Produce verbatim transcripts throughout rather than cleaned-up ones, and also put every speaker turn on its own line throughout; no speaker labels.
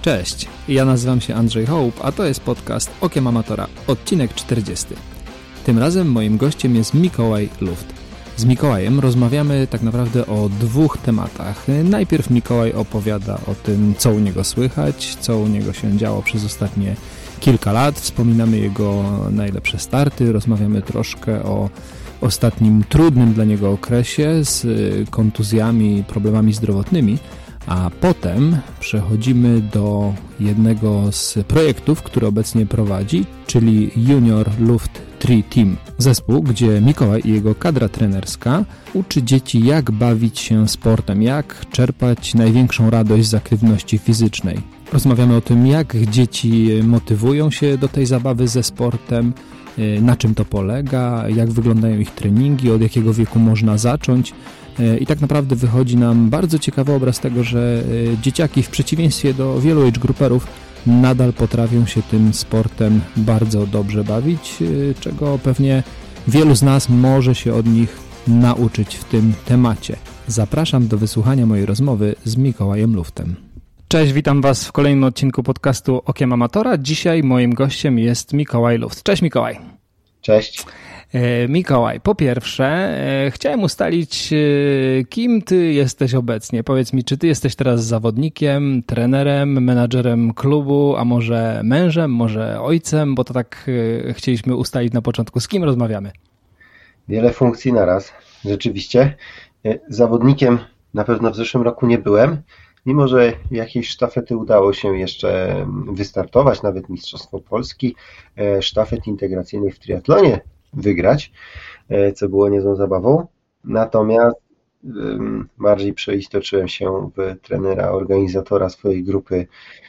Cześć, ja nazywam się Andrzej Hołb, a to jest podcast Okiem Amatora, odcinek czterdziesty. Tym razem moim gościem jest Mikołaj Luft. Z Mikołajem rozmawiamy tak naprawdę o dwóch tematach. Najpierw Mikołaj opowiada o tym, co u niego słychać, co u niego się działo przez ostatnie kilka lat. Wspominamy jego najlepsze starty, rozmawiamy troszkę o ostatnim trudnym dla niego okresie z kontuzjami, problemami zdrowotnymi. A potem przechodzimy do jednego z projektów, który obecnie prowadzi, czyli Junior Luft trzy Team. Zespół, gdzie Mikołaj i jego kadra trenerska uczy dzieci, jak bawić się sportem, jak czerpać największą radość z aktywności fizycznej. Rozmawiamy o tym, jak dzieci motywują się do tej zabawy ze sportem, na czym to polega, jak wyglądają ich treningi, od jakiego wieku można zacząć. I tak naprawdę wychodzi nam bardzo ciekawy obraz tego, że dzieciaki w przeciwieństwie do wielu age grouperów nadal potrafią się tym sportem bardzo dobrze bawić, czego pewnie wielu z nas może się od nich nauczyć w tym temacie. Zapraszam do wysłuchania mojej rozmowy z Mikołajem Luftem. Cześć, witam Was w kolejnym odcinku podcastu Okiem Amatora. Dzisiaj moim gościem jest Mikołaj Luft. Cześć Mikołaj.
Cześć.
Mikołaj, po pierwsze chciałem ustalić, kim Ty jesteś obecnie. Powiedz mi, czy Ty jesteś teraz zawodnikiem, trenerem, menadżerem klubu, a może mężem, może ojcem, bo to tak chcieliśmy ustalić na początku. Z kim rozmawiamy?
Wiele funkcji naraz, rzeczywiście. Zawodnikiem na pewno w zeszłym roku nie byłem, mimo że jakieś sztafety udało się jeszcze wystartować, nawet Mistrzostwo Polski, sztafet integracyjnych w triatlonie wygrać, co było niezłą zabawą. Natomiast bardziej przeistoczyłem się w trenera, organizatora swojej grupy,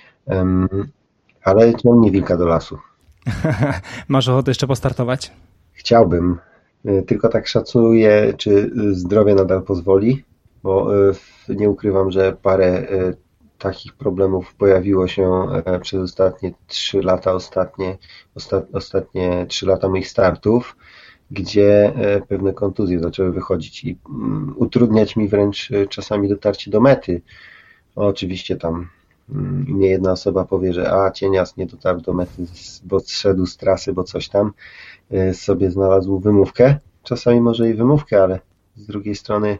ale ciągnie wilka do lasu.
Masz ochotę jeszcze postartować?
Chciałbym, tylko tak szacuję, czy zdrowie nadal pozwoli, bo nie ukrywam, że parę takich problemów pojawiło się przez ostatnie trzy lata, ostatnie, osta, ostatnie trzy lata moich startów, gdzie pewne kontuzje zaczęły wychodzić i utrudniać mi wręcz czasami dotarcie do mety. Oczywiście tam nie jedna osoba powie, że a cienias nie dotarł do mety, bo zszedł z trasy, bo coś tam sobie znalazł wymówkę. Czasami może i wymówkę, ale z drugiej strony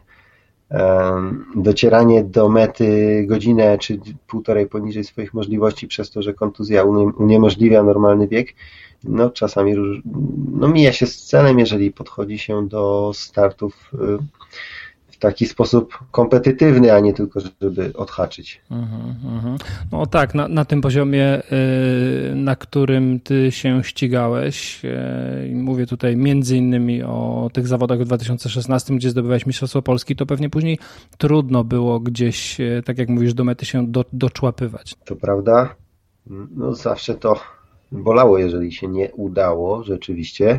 docieranie do mety godzinę czy półtorej poniżej swoich możliwości przez to, że kontuzja uniemożliwia normalny bieg, no czasami no mija się z celem, jeżeli podchodzi się do startów w taki sposób kompetytywny, a nie tylko, żeby odhaczyć.
Mm-hmm. No tak, na, na tym poziomie, na którym ty się ścigałeś, mówię tutaj między innymi o tych zawodach w dwa tysiące szesnastym, gdzie zdobywałeś Mistrzostwo Polski, to pewnie później trudno było gdzieś, tak jak mówisz, do mety się do, doczłapywać.
To prawda, no zawsze to bolało, jeżeli się nie udało rzeczywiście.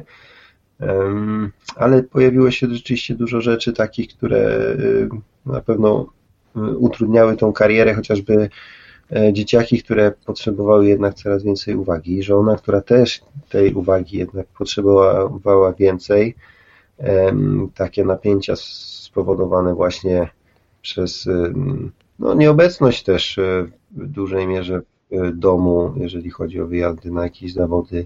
Ale pojawiło się rzeczywiście dużo rzeczy takich, które na pewno utrudniały tą karierę, chociażby dzieciaki, które potrzebowały jednak coraz więcej uwagi, żona, która też tej uwagi jednak potrzebowała więcej, takie napięcia spowodowane właśnie przez no, nieobecność też w dużej mierze w domu, jeżeli chodzi o wyjazdy na jakieś zawody,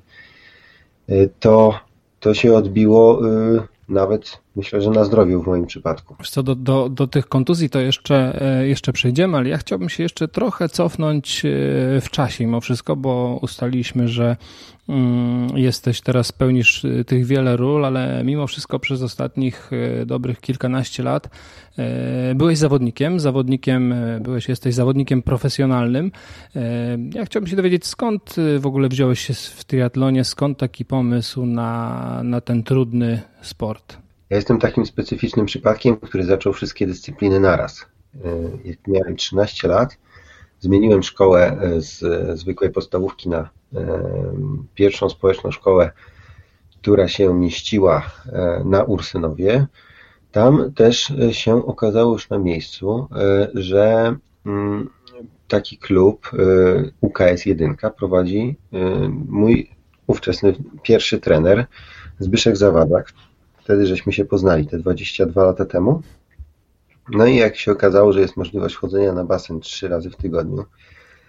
to To się odbiło y, nawet, myślę, że na zdrowiu w moim przypadku.
Co do, do, do tych kontuzji to jeszcze, jeszcze przejdziemy, ale ja chciałbym się jeszcze trochę cofnąć w czasie mimo wszystko, bo ustaliliśmy, że mm, jesteś teraz, pełnisz tych wiele ról, ale mimo wszystko przez ostatnich dobrych kilkanaście lat byłeś zawodnikiem, zawodnikiem, byłeś, jesteś zawodnikiem profesjonalnym. Ja chciałbym się dowiedzieć, skąd w ogóle wziąłeś się w triatlonie, skąd taki pomysł na, na ten trudny sport?
Ja jestem takim specyficznym przypadkiem, który zaczął wszystkie dyscypliny naraz. Jak miałem trzynaście lat, zmieniłem szkołę z zwykłej podstawówki na pierwszą społeczną szkołę, która się mieściła na Ursynowie. Tam też się okazało już na miejscu, że taki klub U K S jeden prowadzi mój ówczesny pierwszy trener Zbyszek Zawadak. Wtedy żeśmy się poznali, te dwadzieścia dwa lata temu. No i jak się okazało, że jest możliwość chodzenia na basen trzy razy w tygodniu,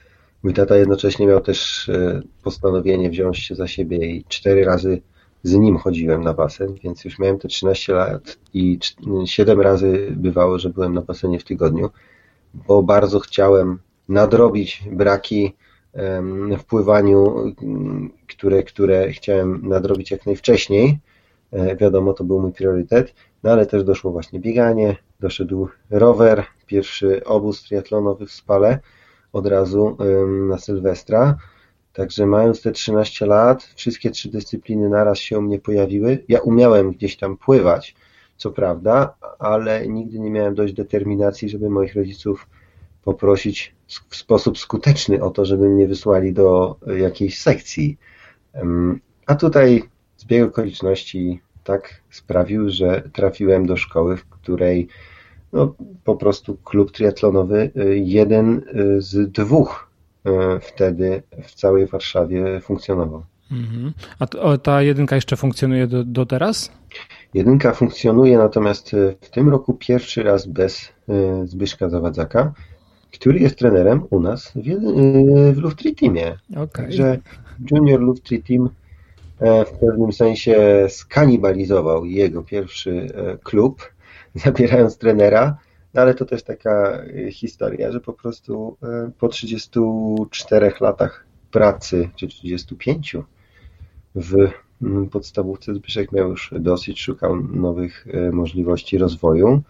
Mój tata jednocześnie miał też postanowienie wziąć się za siebie i cztery razy z nim chodziłem na basen, więc już miałem te trzynaście lat i siedem razy bywało, że byłem na basenie w tygodniu, bo bardzo chciałem nadrobić braki w pływaniu, które, które chciałem nadrobić jak najwcześniej. Wiadomo, to był mój priorytet, no ale też doszło właśnie bieganie, doszedł rower, pierwszy obóz triatlonowy w Spale od razu na Sylwestra. Także mając te trzynaście lat, wszystkie trzy dyscypliny naraz się u mnie pojawiły. Ja umiałem gdzieś tam pływać, co prawda, ale nigdy nie miałem dość determinacji, żeby moich rodziców poprosić w sposób skuteczny o to, żeby mnie wysłali do jakiejś sekcji. A tutaj zbieg okoliczności tak sprawił, że trafiłem do szkoły, w której no, po prostu klub triatlonowy, jeden z dwóch wtedy w całej Warszawie funkcjonował.
Mhm. A to, ta jedynka jeszcze funkcjonuje do, do teraz?
Jedynka funkcjonuje, natomiast w tym roku pierwszy raz bez Zbyszka Zawadzaka, który jest trenerem u nas w, w Luftri Teamie.
Okay.
Także Junior Luftri Team w pewnym sensie skanibalizował jego pierwszy klub, zabierając trenera, no ale to też taka historia, że po prostu po trzydziestu czterech latach pracy, czy trzydziestu pięciu w podstawówce Zbyszek miał już dosyć, szukał nowych możliwości rozwoju.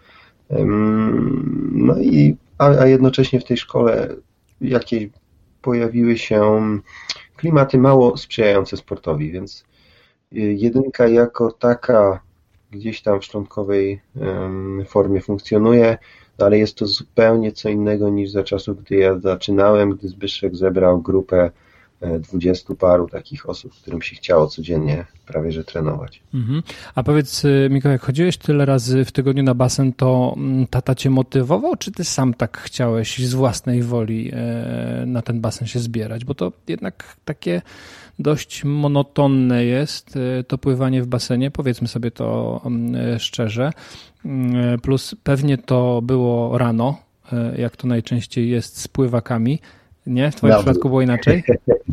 No i a, a jednocześnie w tej szkole jakieś pojawiły się klimaty mało sprzyjające sportowi, więc jedynka jako taka gdzieś tam w szczątkowej formie funkcjonuje, ale jest to zupełnie co innego niż za czasów, gdy ja zaczynałem, gdy Zbyszek zebrał grupę dwudziestu paru takich osób, którym się chciało codziennie prawie że trenować.
Mhm. A powiedz, Mikołaj, jak chodziłeś tyle razy w tygodniu na basen, to tata cię motywował, czy ty sam tak chciałeś z własnej woli na ten basen się zbierać? Bo to jednak takie dość monotonne jest to pływanie w basenie, powiedzmy sobie to szczerze, plus pewnie to było rano, jak to najczęściej jest z pływakami. Nie? W twoim Dobry. przypadku było inaczej?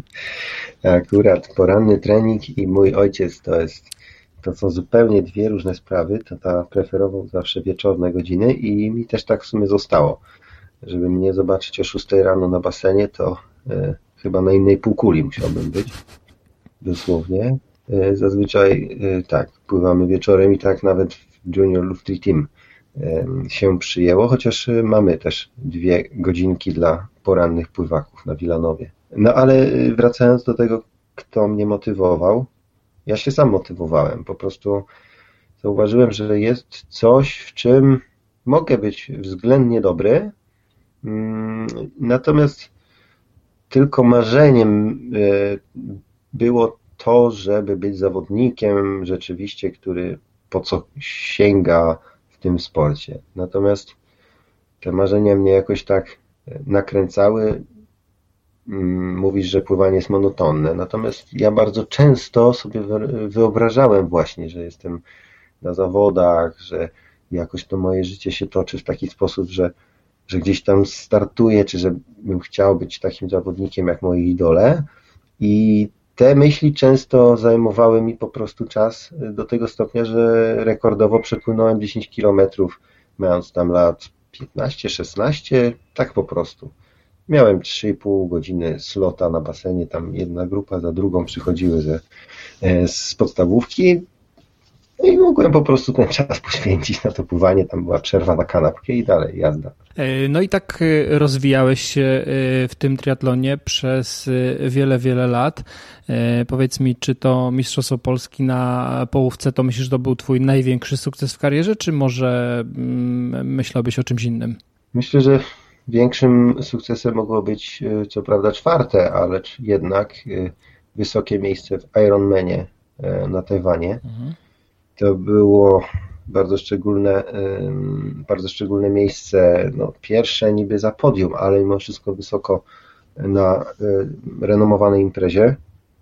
Akurat poranny trening i mój ojciec to jest, to są zupełnie dwie różne sprawy. Tata preferował zawsze wieczorne godziny i mi też tak w sumie zostało. Żeby mnie zobaczyć o szóstej rano na basenie, to e, chyba na innej półkuli musiałbym być. Dosłownie. E, zazwyczaj e, tak, pływamy wieczorem i tak nawet w Junior Luftri Team e, się przyjęło, chociaż mamy też dwie godzinki dla porannych pływaków na Wilanowie. No ale wracając do tego, kto mnie motywował, ja się sam motywowałem. Po prostu zauważyłem, że jest coś, w czym mogę być względnie dobry, natomiast tylko marzeniem było to, żeby być zawodnikiem rzeczywiście, który po co sięga w tym sporcie. Natomiast te marzenia mnie jakoś tak nakręcały. Mówisz, że pływanie jest monotonne, natomiast ja bardzo często sobie wyobrażałem właśnie, że jestem na zawodach, że jakoś to moje życie się toczy w taki sposób, że, że gdzieś tam startuję, czy że bym chciał być takim zawodnikiem jak moi idole i te myśli często zajmowały mi po prostu czas do tego stopnia, że rekordowo przepłynąłem dziesięć kilometrów, mając tam lat piętnaście szesnaście, tak po prostu. Miałem trzy i pół godziny slota na basenie, tam jedna grupa za drugą przychodziły ze, z podstawówki no i mogłem po prostu ten czas poświęcić na to pływanie, tam była przerwa na kanapkę i dalej jazda.
No i tak rozwijałeś się w tym triatlonie przez wiele, wiele lat. Powiedz mi, czy to Mistrzostwo Polski na połówce to myślisz, że to był twój największy sukces w karierze, czy może myślałbyś o czymś innym?
Myślę, że większym sukcesem mogło być co prawda czwarte, ale jednak wysokie miejsce w Ironmanie na Tajwanie. Mhm. To było bardzo szczególne, bardzo szczególne miejsce, no pierwsze niby za podium, ale mimo wszystko wysoko na renomowanej imprezie,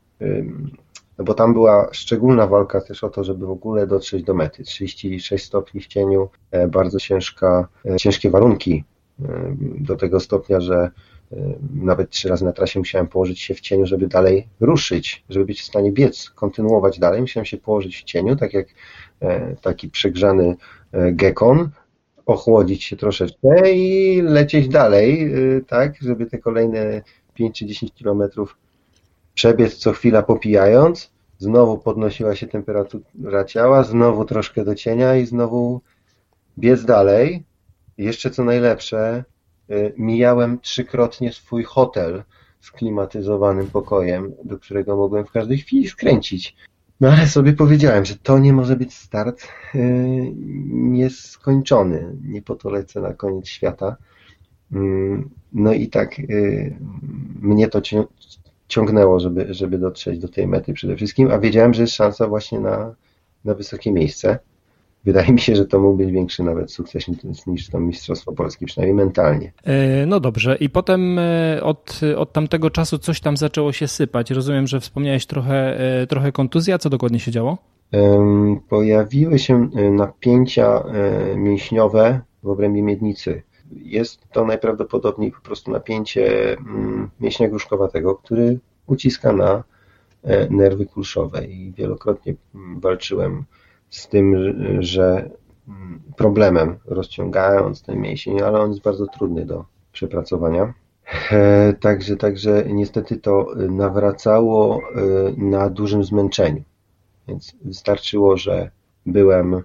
no bo tam była szczególna walka też o to, żeby w ogóle dotrzeć do mety. trzydzieści sześć stopni w cieniu, bardzo ciężka, ciężkie warunki, do tego stopnia, że Nawet trzy razy na trasie musiałem położyć się w cieniu, żeby dalej ruszyć, żeby być w stanie biec, kontynuować dalej. Musiałem się położyć w cieniu, tak jak taki przegrzany gekon, ochłodzić się troszeczkę i lecieć dalej, tak, żeby te kolejne pięć czy dziesięć kilometrów przebiec co chwila popijając, znowu podnosiła się temperatura ciała, znowu troszkę do cienia i znowu biec dalej. Jeszcze co najlepsze, mijałem trzykrotnie swój hotel z klimatyzowanym pokojem, do którego mogłem w każdej chwili skręcić. No ale sobie powiedziałem, że to nie może być start yy, nieskończony. Nie po to lecę na koniec świata. Yy, no i tak yy, mnie to cią- ciągnęło, żeby, żeby dotrzeć do tej mety przede wszystkim, a wiedziałem, że jest szansa właśnie na, na wysokie miejsce. Wydaje mi się, że to mógł być większy nawet sukces niż to Mistrzostwo Polski, przynajmniej mentalnie.
No dobrze, i potem od, od tamtego czasu coś tam zaczęło się sypać. Rozumiem, że wspomniałeś trochę, trochę kontuzji, a co dokładnie się działo?
Pojawiły się napięcia mięśniowe w obrębie miednicy. Jest to najprawdopodobniej po prostu napięcie mięśnia gruszkowatego, który uciska na nerwy kulszowe i wielokrotnie walczyłem z tym, że problemem rozciągając ten mięsień, ale on jest bardzo trudny do przepracowania. Także, także niestety to nawracało na dużym zmęczeniu. Więc wystarczyło, że byłem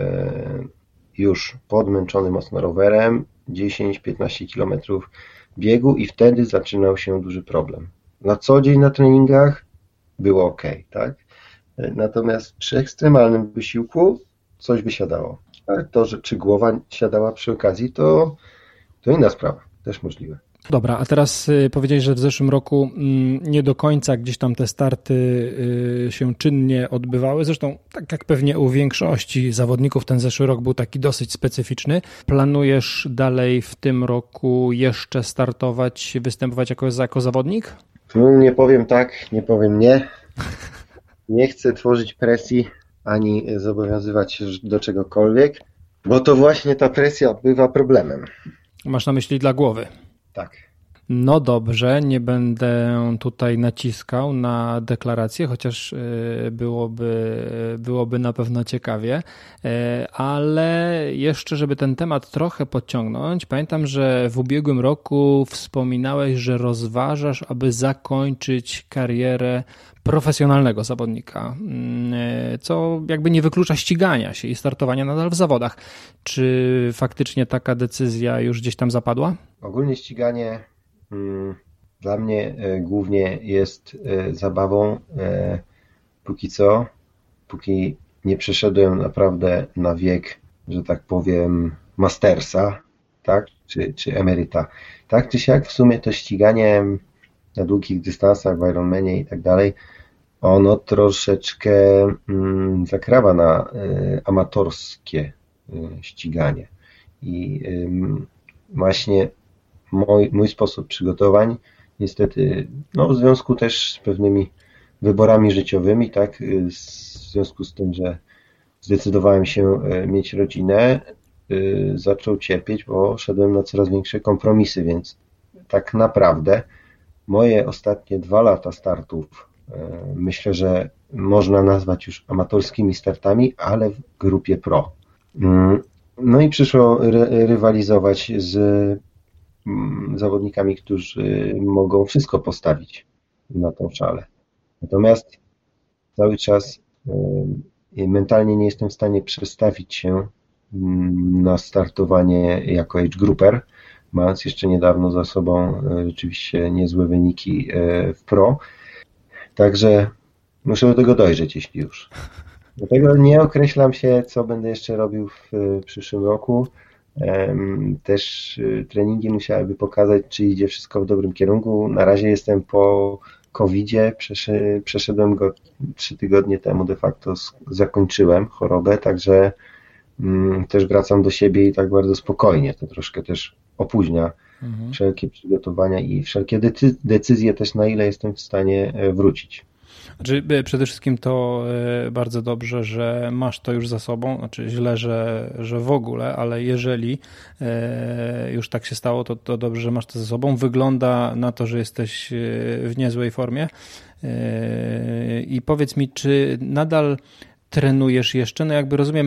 już podmęczony mocno rowerem, dziesięć do piętnastu kilometrów biegu i wtedy zaczynał się duży problem. Na co dzień na treningach było ok, tak? Natomiast przy ekstremalnym wysiłku coś by siadało. Ale to, że czy głowa siadała przy okazji, to, to inna sprawa, też możliwe.
Dobra, a teraz powiedziałeś, że w zeszłym roku nie do końca gdzieś tam te starty się czynnie odbywały. Zresztą tak jak pewnie u większości zawodników ten zeszły rok był taki dosyć specyficzny. Planujesz dalej w tym roku jeszcze startować, występować jako, jako zawodnik?
Nie powiem tak, nie powiem nie. Nie chcę tworzyć presji ani zobowiązywać się do czegokolwiek, bo to właśnie ta presja bywa problemem.
Masz na myśli dla głowy?
Tak.
No dobrze, nie będę tutaj naciskał na deklarację, chociaż byłoby, byłoby na pewno ciekawie, ale jeszcze, żeby ten temat trochę podciągnąć, pamiętam, że w ubiegłym roku wspominałeś, że rozważasz, aby zakończyć karierę profesjonalnego zawodnika, co jakby nie wyklucza ścigania się i startowania nadal w zawodach. Czy faktycznie taka decyzja już gdzieś tam zapadła?
Ogólnie ściganie hmm, dla mnie e, głównie jest e, zabawą, e, póki co, póki nie przeszedłem naprawdę na wiek, że tak powiem, mastersa, tak, czy, czy emeryta. Tak czy siak w sumie to ściganie na długich dystansach, w Ironmanie i tak dalej, ono troszeczkę mm, zakrawa na y, amatorskie y, ściganie. I y, właśnie mój, mój sposób przygotowań niestety, no w związku też z pewnymi wyborami życiowymi, tak, y, w związku z tym, że zdecydowałem się y, mieć rodzinę, y, zaczął cierpieć, bo szedłem na coraz większe kompromisy, więc tak naprawdę moje ostatnie dwa lata startów myślę, że można nazwać już amatorskimi startami, ale w grupie pro. No i przyszło ry- rywalizować z zawodnikami, którzy mogą wszystko postawić na tą szalę. Natomiast cały czas mentalnie nie jestem w stanie przestawić się na startowanie jako age grouper, mając jeszcze niedawno za sobą rzeczywiście niezłe wyniki w pro. Także muszę do tego dojrzeć, jeśli już. Dlatego nie określam się, co będę jeszcze robił w przyszłym roku. Też treningi musiałyby pokazać, czy idzie wszystko w dobrym kierunku. Na razie jestem po kowidzie, przeszedłem go trzy tygodnie temu, de facto zakończyłem chorobę, także też wracam do siebie i tak bardzo spokojnie. To troszkę też opóźnia mhm. wszelkie przygotowania i wszelkie decyzje też, na ile jestem w stanie wrócić.
Znaczy, przede wszystkim to bardzo dobrze, że masz to już za sobą, znaczy źle, że, że w ogóle, ale jeżeli już tak się stało, to, to dobrze, że masz to za sobą. Wygląda na to, że jesteś w niezłej formie i powiedz mi, czy nadal trenujesz jeszcze? No jakby rozumiem,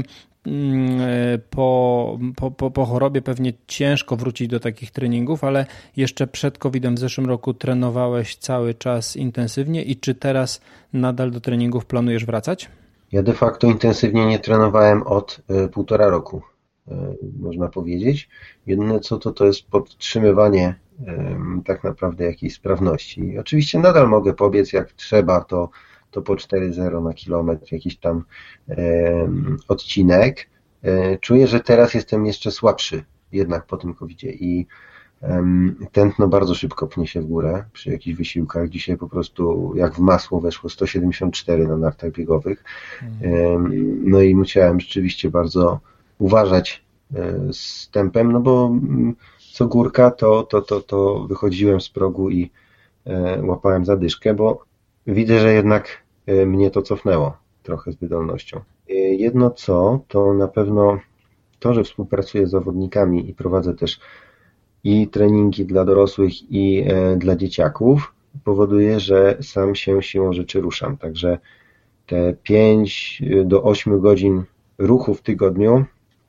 Po, po, po chorobie pewnie ciężko wrócić do takich treningów, ale jeszcze przed kowidem w zeszłym roku trenowałeś cały czas intensywnie i czy teraz nadal do treningów planujesz wracać?
Ja de facto intensywnie nie trenowałem od y, półtora roku, y, można powiedzieć. Jedyne co to, to jest podtrzymywanie y, tak naprawdę jakiejś sprawności. Oczywiście nadal mogę pobiec jak trzeba, to to po cztery zero na kilometr, jakiś tam e, odcinek. E, czuję, że teraz jestem jeszcze słabszy jednak po tym kowidzie i e, tętno bardzo szybko pnie się w górę przy jakichś wysiłkach. Dzisiaj po prostu jak w masło weszło sto siedemdziesiąt cztery na nartach biegowych. E, no i musiałem rzeczywiście bardzo uważać e, z tempem, no bo co górka to, to, to, to wychodziłem z progu i e, łapałem zadyszkę, bo widzę, że jednak mnie to cofnęło trochę z wydolnością. Jedno co, to na pewno to, że współpracuję z zawodnikami i prowadzę też i treningi dla dorosłych i dla dzieciaków, powoduje, że sam się siłą rzeczy ruszam. Także te pięć do ośmiu godzin ruchu w tygodniu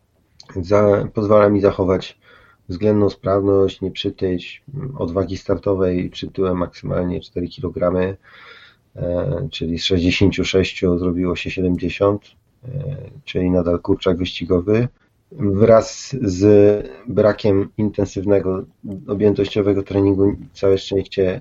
za, pozwala mi zachować względną sprawność, nie przytyć. Od wagi startowej przytyłem maksymalnie cztery kilogramy, czyli z sześćdziesięciu sześciu zrobiło się siedemdziesiąt, czyli nadal kurczak wyścigowy. Wraz z brakiem intensywnego, objętościowego treningu całe szczęście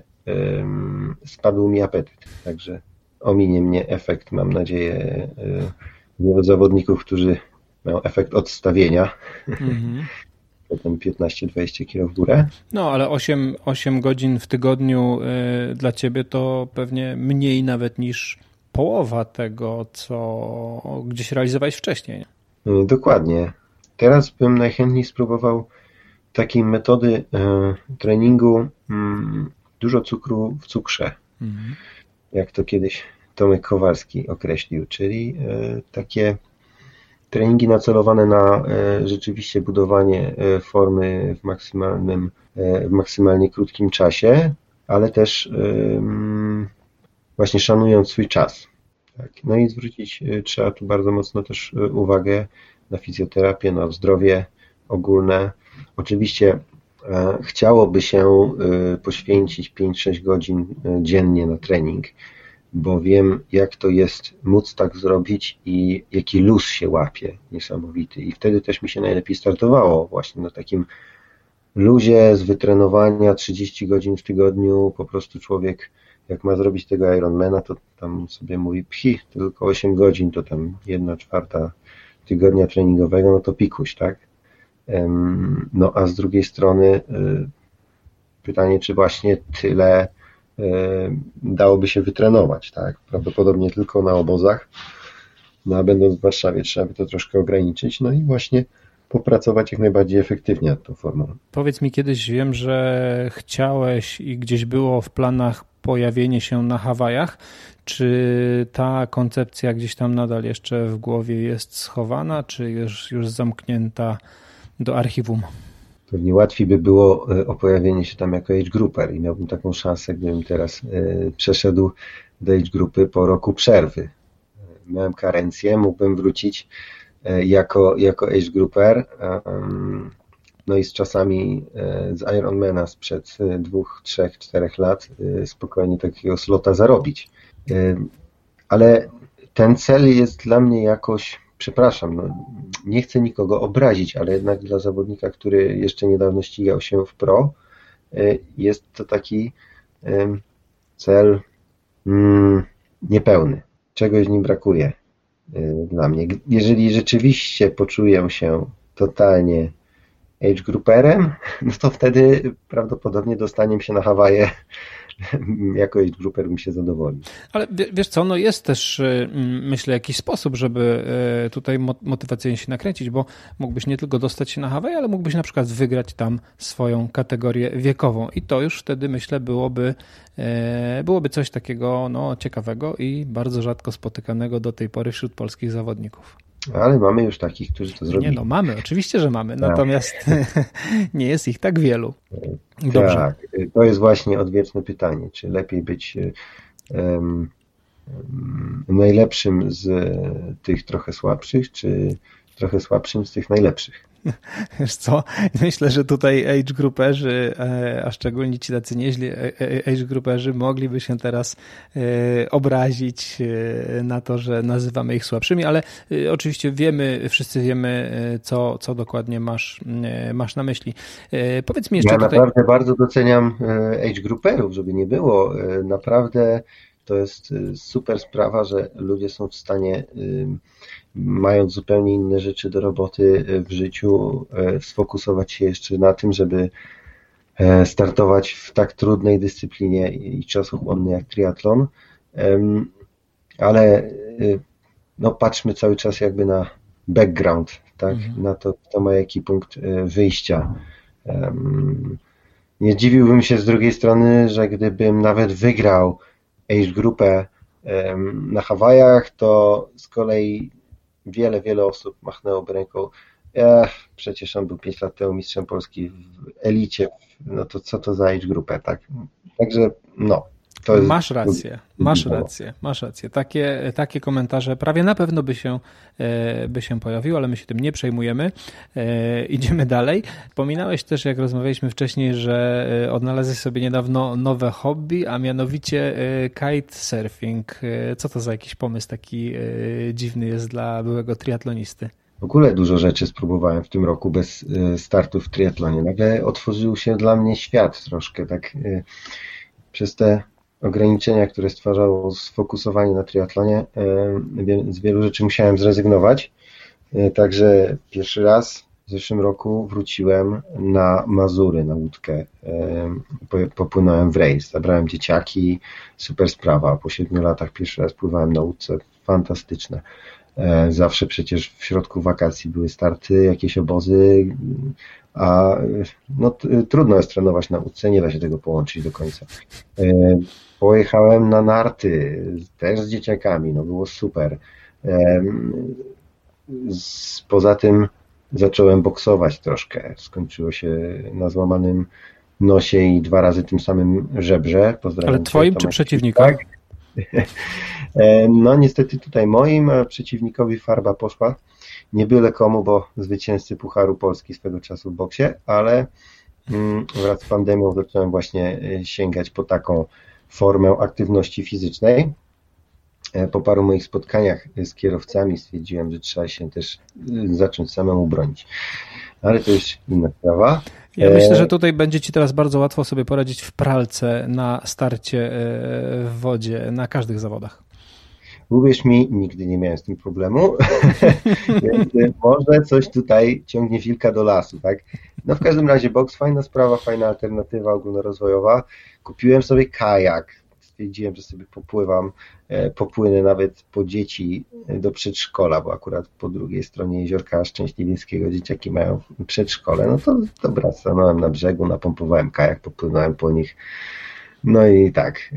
spadł mi apetyt. Także ominie mnie efekt, mam nadzieję, wielu zawodników, którzy mają efekt odstawienia. Mm-hmm. Potem piętnaście dwadzieścia kilo w górę.
No, ale osiem, osiem godzin w tygodniu y, dla ciebie to pewnie mniej nawet niż połowa tego, co gdzieś realizowałeś wcześniej.
Y, dokładnie. Teraz bym najchętniej spróbował takiej metody y, treningu y, dużo cukru w cukrze. Mhm. Jak to kiedyś Tomek Kowalski określił, czyli y, takie treningi nacelowane na e, rzeczywiście budowanie e, formy w maksymalnym, e, w maksymalnie krótkim czasie, ale też e, właśnie szanując swój czas. Tak. No i zwrócić e, trzeba tu bardzo mocno też e, uwagę na fizjoterapię, na zdrowie ogólne. Oczywiście e, chciałoby się e, poświęcić pięć sześć godzin e, dziennie na trening, bo wiem, jak to jest móc tak zrobić i jaki luz się łapie niesamowity. I wtedy też mi się najlepiej startowało właśnie na takim luzie z wytrenowania trzydzieści godzin w tygodniu. Po prostu człowiek, jak ma zrobić tego Ironmana, to tam sobie mówi, pchi, tylko osiem godzin, to tam jedna czwarta tygodnia treningowego, no to pikuś, tak? No a z drugiej strony pytanie, czy właśnie tyle dałoby się wytrenować, tak? Prawdopodobnie tylko na obozach, no a będąc w Warszawie trzeba by to troszkę ograniczyć, no i właśnie popracować jak najbardziej efektywnie nad tą formą.
Powiedz mi, kiedyś wiem, że chciałeś i gdzieś było w planach pojawienie się na Hawajach. Czy ta koncepcja gdzieś tam nadal jeszcze w głowie jest schowana, czy już, już zamknięta do archiwum?
Pewnie łatwiej by było o pojawienie się tam jako age grouper i miałbym taką szansę, gdybym teraz przeszedł do age grupy po roku przerwy. Miałem karencję, mógłbym wrócić jako, jako age grouper, no i z czasami z Ironmana sprzed dwóch, trzech, czterech lat spokojnie takiego slota zarobić. Ale ten cel jest dla mnie jakoś, przepraszam, no, nie chcę nikogo obrazić, ale jednak dla zawodnika, który jeszcze niedawno ścigał się w pro, jest to taki cel mm, niepełny. Czegoś nim brakuje dla mnie. Jeżeli rzeczywiście poczuję się totalnie age grouperem, no to wtedy prawdopodobnie dostaniem się na Hawaje jako age grouper bym się zadowolił.
Ale wiesz co, no jest też, myślę, jakiś sposób, żeby tutaj motywacyjnie się nakręcić, bo mógłbyś nie tylko dostać się na Hawaje, ale mógłbyś na przykład wygrać tam swoją kategorię wiekową i to już wtedy, myślę, byłoby, byłoby coś takiego no, ciekawego i bardzo rzadko spotykanego do tej pory wśród polskich zawodników.
Ale mamy już takich, którzy to zrobili.
Nie no, mamy, oczywiście, że mamy, natomiast tak. nie jest ich tak wielu.
Dobrze. Tak, to jest właśnie odwieczne pytanie, czy lepiej być um, najlepszym z tych trochę słabszych, czy trochę słabszym z tych najlepszych?
Wiesz co, myślę, że tutaj age grouperzy, a szczególnie ci tacy nieźli age grouperzy mogliby się teraz obrazić na to, że nazywamy ich słabszymi, ale oczywiście wiemy, wszyscy wiemy, co, co dokładnie masz, masz na myśli. Powiedz mi jeszcze
ja
tutaj...
naprawdę bardzo doceniam age grouperów, żeby nie było. Naprawdę to jest super sprawa, że ludzie są w stanie, mając zupełnie inne rzeczy do roboty w życiu, sfokusować się jeszcze na tym, żeby startować w tak trudnej dyscyplinie i czasochłonnej jak triatlon. Ale no, patrzmy cały czas jakby na background, tak? Mhm. Na to, kto ma jaki punkt wyjścia. Nie zdziwiłbym się z drugiej strony, że gdybym nawet wygrał age grupę na Hawajach, to z kolei wiele, wiele osób machnęłoby ręką. Ech, przecież on był pięć lat temu mistrzem Polski w elicie, no to co to za age grupę, tak? Także no. To jest...
Masz rację, masz rację, masz rację. Takie, takie komentarze prawie na pewno by się, by się pojawiły, ale my się tym nie przejmujemy. Idziemy dalej. Wspominałeś też, jak rozmawialiśmy wcześniej, że odnalazłeś sobie niedawno nowe hobby, a mianowicie kitesurfing. Co to za jakiś pomysł taki dziwny jest dla byłego triatlonisty?
W ogóle dużo rzeczy spróbowałem w tym roku bez startu w triatlonie. Nagle otworzył się dla mnie świat troszkę, tak przez te ograniczenia, które stwarzało sfokusowanie na triatlonie, z wielu rzeczy musiałem zrezygnować. Także pierwszy raz w zeszłym roku wróciłem na Mazury, na łódkę. Popłynąłem w rejs, zabrałem dzieciaki, super sprawa. Po siedmiu latach pierwszy raz pływałem na łódce, fantastyczne. Zawsze przecież w środku wakacji były starty, jakieś obozy, a no, t- trudno jest trenować na łódce, nie da się tego połączyć do końca. Pojechałem na narty, też z dzieciakami, no było super. Poza tym zacząłem boksować troszkę. Skończyło się na złamanym nosie i dwa razy tym samym żebrze. Pozdrawiam.
Ale twoim czy przeciwnikom?
Tak. No niestety tutaj moim, a przeciwnikowi farba poszła. Nie byle komu, bo zwycięzcy Pucharu Polski swego czasu w boksie, ale wraz z pandemią zacząłem właśnie sięgać po taką formę aktywności fizycznej. Po paru moich spotkaniach z kierowcami stwierdziłem, że trzeba się też zacząć samemu bronić. Ale to już inna sprawa.
Ja myślę, że tutaj będzie ci teraz bardzo łatwo sobie poradzić w pralce na starcie w wodzie, na każdych zawodach.
Uwierz mi, nigdy nie miałem z tym problemu, więc może coś tutaj ciągnie wilka do lasu, tak? No w każdym razie boks, fajna sprawa, fajna alternatywa ogólnorozwojowa. Kupiłem sobie kajak, stwierdziłem, że sobie popływam, popłynę nawet po dzieci do przedszkola, bo akurat po drugiej stronie jeziorka Szczęśliwieckiego dzieciaki mają przedszkole, no to dobra, stanąłem na brzegu, napompowałem kajak, popłynąłem po nich, no i tak.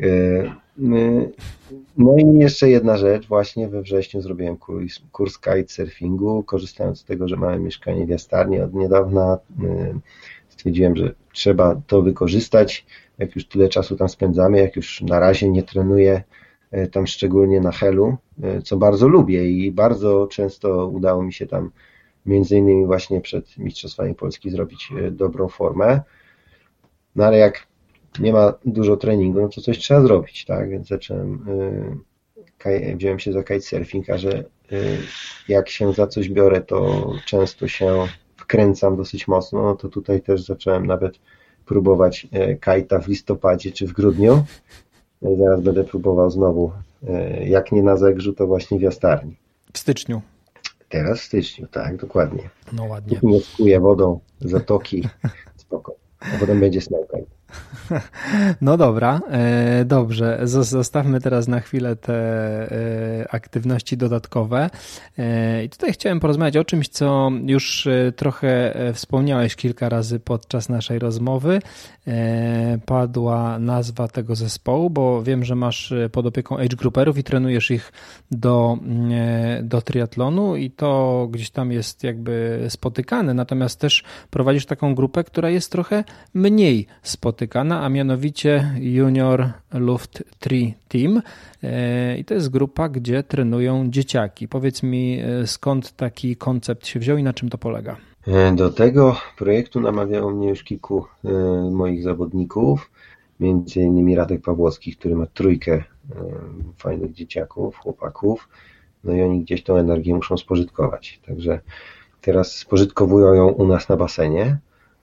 No i jeszcze jedna rzecz, właśnie we wrześniu zrobiłem kurs, kurs kitesurfingu, korzystając z tego, że mamy mieszkanie w Jastarni od niedawna, stwierdziłem, że trzeba to wykorzystać, jak już tyle czasu tam spędzamy, jak już na razie nie trenuję tam szczególnie na helu, co bardzo lubię i bardzo często udało mi się tam między innymi właśnie przed Mistrzostwami Polski zrobić dobrą formę, no ale jak nie ma dużo treningu, no to coś trzeba zrobić, tak, więc zacząłem, wziąłem się za kitesurfing, a że jak się za coś biorę, to często się wkręcam dosyć mocno, no to tutaj też zacząłem nawet próbować kajta w listopadzie czy w grudniu. Zaraz będę próbował znowu, jak nie na Zegrzu, to właśnie w Jastarni.
W styczniu.
Teraz w styczniu, tak, dokładnie.
No ładnie.
Nie skuje wodą zatoki, spoko. A potem będzie snowkite.
No dobra, e, dobrze. Zostawmy teraz na chwilę te e, aktywności dodatkowe. E, I tutaj chciałem porozmawiać o czymś, co już trochę wspomniałeś kilka razy podczas naszej rozmowy. E, padła nazwa tego zespołu, bo wiem, że masz pod opieką age grouperów i trenujesz ich do, e, do triatlonu i to gdzieś tam jest jakby spotykane. Natomiast też prowadzisz taką grupę, która jest trochę mniej spotykana, a mianowicie Junior Luft trzy Team i to jest grupa, gdzie trenują dzieciaki. Powiedz mi, skąd taki koncept się wziął i na czym to polega?
Do tego projektu namawiało mnie już kilku moich zawodników, między innymi Radek Pawłowski, który ma trójkę fajnych dzieciaków, chłopaków, no i oni gdzieś tą energię muszą spożytkować, także teraz spożytkowują ją u nas na basenie.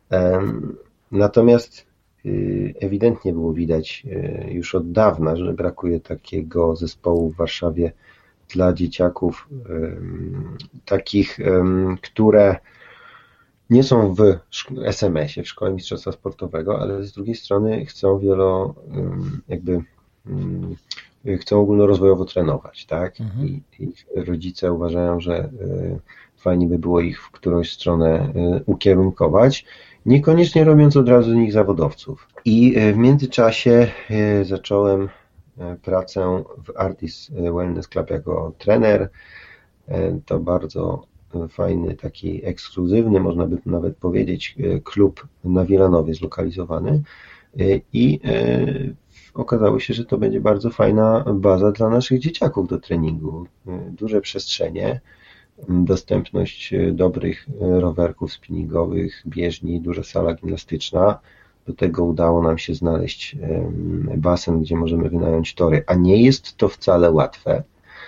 Natomiast ewidentnie było widać już od dawna, że brakuje takiego zespołu w Warszawie dla dzieciaków, takich, które nie są w es em esie, w Szkole Mistrzostwa Sportowego, ale z drugiej strony chcą wielo, jakby chcą ogólnorozwojowo trenować, tak? Mhm. I ich rodzice uważają, że fajnie by było ich w którąś stronę ukierunkować, niekoniecznie robiąc od razu z nich zawodowców. I w międzyczasie zacząłem pracę w Artis Wellness Club jako trener. To bardzo fajny, taki ekskluzywny, można by nawet powiedzieć, klub na Wielanowie zlokalizowany. I okazało się, że to będzie bardzo fajna baza dla naszych dzieciaków do treningu. Duże przestrzenie, dostępność dobrych rowerków spinningowych, bieżni, duża sala gimnastyczna. Do tego udało nam się znaleźć basen, gdzie możemy wynająć tory, a nie jest to wcale łatwe.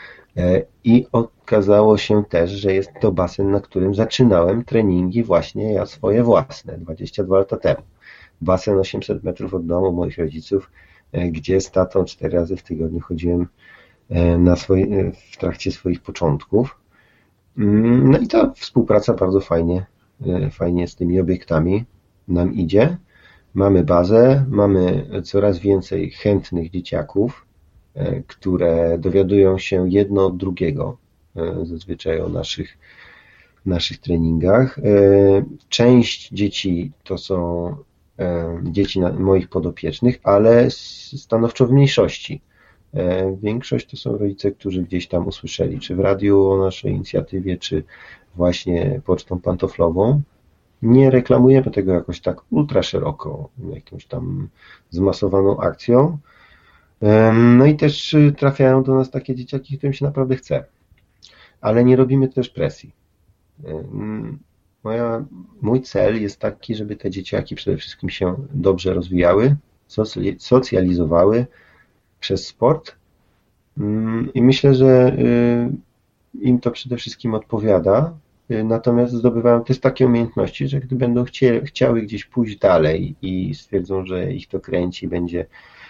I okazało się też, że jest to basen, na którym zaczynałem treningi właśnie ja swoje własne, dwadzieścia dwa lata temu. Basen osiemset metrów od domu moich rodziców, gdzie z tatą cztery razy w tygodniu chodziłem na swoje, w trakcie swoich początków. No i ta współpraca bardzo fajnie, fajnie z tymi obiektami nam idzie. Mamy bazę, mamy coraz więcej chętnych dzieciaków, które dowiadują się jedno od drugiego zazwyczaj o naszych, naszych treningach. Część dzieci to są dzieci moich podopiecznych, ale stanowczo w mniejszości. Większość to są rodzice, którzy gdzieś tam usłyszeli, czy w radiu o naszej inicjatywie, czy właśnie pocztą pantoflową. Nie reklamujemy tego jakoś tak ultra szeroko, jakąś tam zmasowaną akcją. No i też trafiają do nas takie dzieciaki, którym się naprawdę chce. Ale nie robimy też presji. Moja, mój cel jest taki, żeby te dzieciaki przede wszystkim się dobrze rozwijały, socjalizowały przez sport i myślę, że im to przede wszystkim odpowiada, natomiast zdobywają też takie umiejętności, że gdy będą chcie, chciały gdzieś pójść dalej i stwierdzą, że ich to kręci, będzie,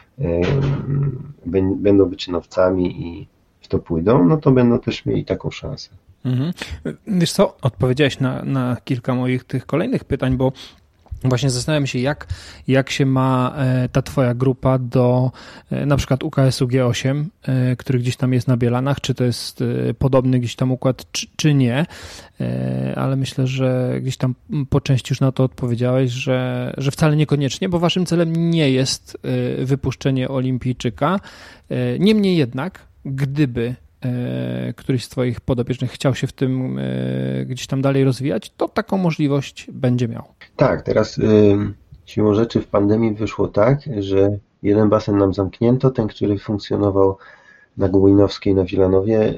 będą wyczynowcami i w to pójdą, no to będą też mieli taką szansę.
Mhm. Wiesz co, odpowiedziałeś na, na kilka moich tych kolejnych pytań, bo właśnie zastanawiam się, jak, jak się ma ta twoja grupa do na przykład U K S u G osiem, który gdzieś tam jest na Bielanach, czy to jest podobny gdzieś tam układ, czy, czy nie, ale myślę, że gdzieś tam po części już na to odpowiedziałeś, że, że wcale niekoniecznie, bo waszym celem nie jest wypuszczenie olimpijczyka. Niemniej jednak, gdyby któryś z twoich podopiecznych chciał się w tym gdzieś tam dalej rozwijać, to taką możliwość będzie miał.
Tak, teraz siłą rzeczy w pandemii wyszło tak, że jeden basen nam zamknięto, ten, który funkcjonował na Gołębinowskiej, na Wilanowie